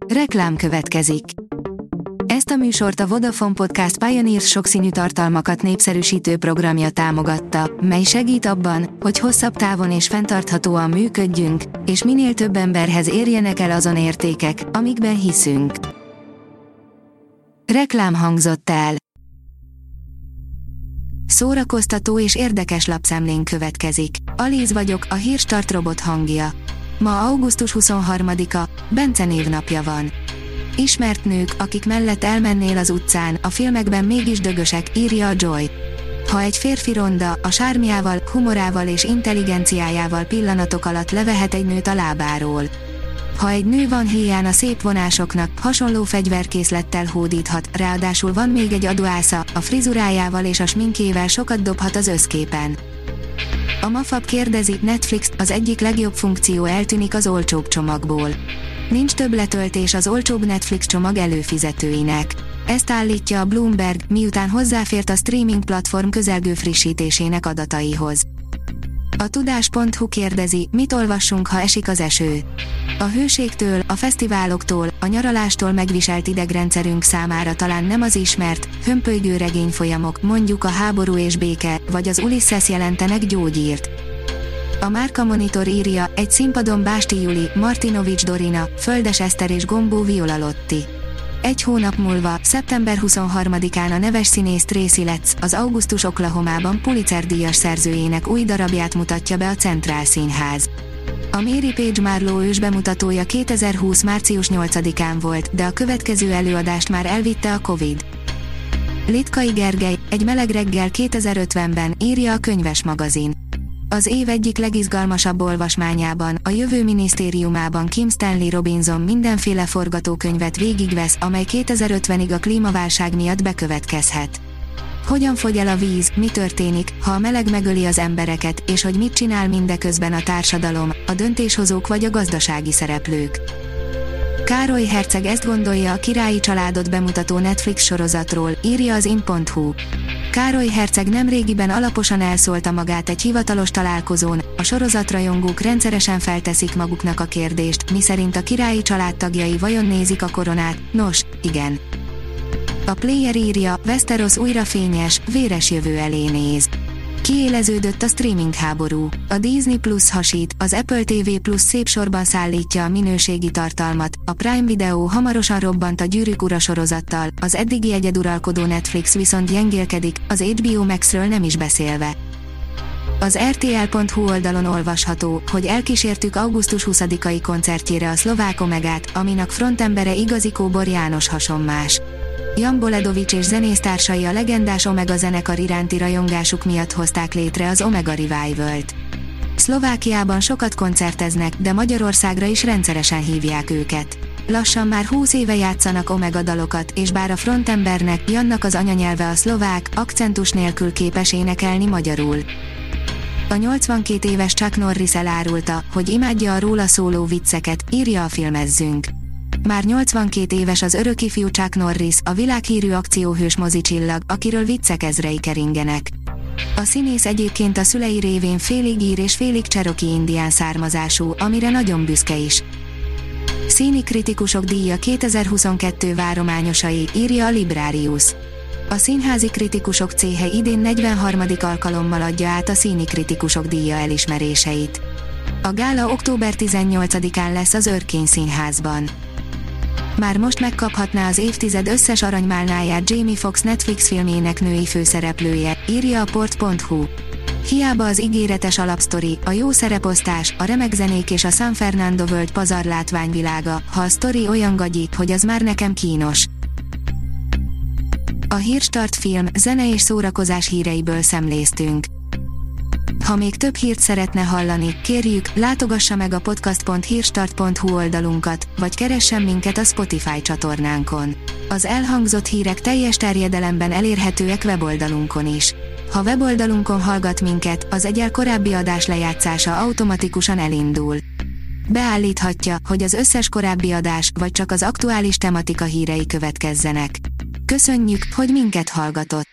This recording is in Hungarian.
Reklám következik. Ezt a műsort a Vodafone Podcast Pioneers sokszínű tartalmakat népszerűsítő programja támogatta, mely segít abban, hogy hosszabb távon és fenntarthatóan működjünk, és minél több emberhez érjenek el azon értékek, amikben hiszünk. Reklám hangzott el. Szórakoztató és érdekes lapszemlén következik. Alíz vagyok, a Hírstart robot hangja. Ma augusztus 23-a, Bence névnapja van. Ismert nők, akik mellett elmennél az utcán, a filmekben mégis dögösek, írja a Joy. Ha egy férfi ronda, a sármjával, humorával és intelligenciájával pillanatok alatt levehet egy nőt a lábáról. Ha egy nő van híján a szép vonásoknak, hasonló fegyverkészlettel hódíthat, ráadásul van még egy aduásza, a frizurájával és a sminkjével sokat dobhat az összképen. A Mafab kérdezi, Netflix, az egyik legjobb funkció eltűnik az olcsóbb csomagból. Nincs több letöltés az olcsóbb Netflix csomag előfizetőinek. Ezt állítja a Bloomberg, miután hozzáfért a streaming platform közelgő frissítésének adataihoz. A tudás.hu kérdezi, mit olvassunk, ha esik az eső. A hőségtől, a fesztiváloktól, a nyaralástól megviselt idegrendszerünk számára talán nem az ismert, hömpölygő regényfolyamok, mondjuk a Háború és béke, vagy az Ulysses jelentenek gyógyírt. A Márka Monitor írja, egy színpadon Básti Juli, Martinovics Dorina, Földes Eszter és Gombó Viola Lotti. Egy hónap múlva, szeptember 23-án a neves színész Tracy Letts, az Augusztus Oklahomában Pulitzer-díjas szerzőjének új darabját mutatja be a Centrál Színház. A Mary Page Marlowe ősbemutatója 2020. március 8-án volt, de a következő előadást már elvitte a Covid. Litkai Gergely, egy meleg reggel 2050-ben, írja a Könyves magazin. Az év egyik legizgalmasabb olvasmányában, a Jövő minisztériumában Kim Stanley Robinson mindenféle forgatókönyvet végigvesz, amely 2050-ig a klímaválság miatt bekövetkezhet. Hogyan fogy el a víz, mi történik, ha a meleg megöli az embereket, és hogy mit csinál mindeközben a társadalom, a döntéshozók vagy a gazdasági szereplők. Károly herceg ezt gondolja a Királyi családot bemutató Netflix sorozatról, írja az in.hu. Károly herceg nemrégiben alaposan elszólta magát egy hivatalos találkozón, a sorozatrajongók rendszeresen felteszik maguknak a kérdést, miszerint a királyi család tagjai vajon nézik a koronát, nos, igen. A Player írja, Westeros újra fényes, véres jövő elé néz. Kiéleződött a streaming háború. A Disney Plus hasít, az Apple TV Plus szép sorban szállítja a minőségi tartalmat, a Prime Video hamarosan robbant a Gyűrűk ura sorozattal, az eddigi egyeduralkodó Netflix viszont gyengélkedik, az HBO Maxről nem is beszélve. Az RTL.hu oldalon olvasható, hogy elkísértük augusztus 20-ai koncertjére a szlovák Omegát, aminek frontembere igazi Kóbor János hasonmás. Jan Boledovics és zenésztársai a legendás Omega zenekar iránti rajongásuk miatt hozták létre az Omega Revival-t. Szlovákiában sokat koncerteznek, de Magyarországra is rendszeresen hívják őket. Lassan már 20 éve játszanak Omega dalokat, és bár a frontembernek, Jannak az anyanyelve a szlovák, akcentus nélkül képes énekelni magyarul. A 82 éves Chuck Norris elárulta, hogy imádja a róla szóló vicceket, írja a Filmezzünk. Már 82 éves az örökifjú Chuck Norris, a világhírű akcióhős mozicsillag, akiről viccek ezrei keringenek. A színész egyébként a szülei révén félig ír és félig cherokee indián származású, amire nagyon büszke is. Színi kritikusok díja 2022 várományosai, írja a Librarius. A színházi kritikusok céhe idén 43. alkalommal adja át a színi kritikusok díja elismeréseit. A gála október 18-án lesz az Örkény Színházban. Már most megkaphatná az évtized összes aranymálnáját Jamie Foxx Netflix filmjének női főszereplője, írja a port.hu. Hiába az ígéretes alapsztori, a jó szereposztás, a remek zenék és a San Fernando World pazar látványvilága, ha a sztori olyan gagyi, hogy az már nekem kínos. A Hírstart film, zene és szórakozás híreiből szemléztünk. Ha még több hírt szeretne hallani, kérjük, látogassa meg a podcast.hírstart.hu oldalunkat, vagy keressen minket a Spotify csatornánkon. Az elhangzott hírek teljes terjedelemben elérhetőek weboldalunkon is. Ha weboldalunkon hallgat minket, az egyel korábbi adás lejátszása automatikusan elindul. Beállíthatja, hogy az összes korábbi adás, vagy csak az aktuális tematika hírei következzenek. Köszönjük, hogy minket hallgatott!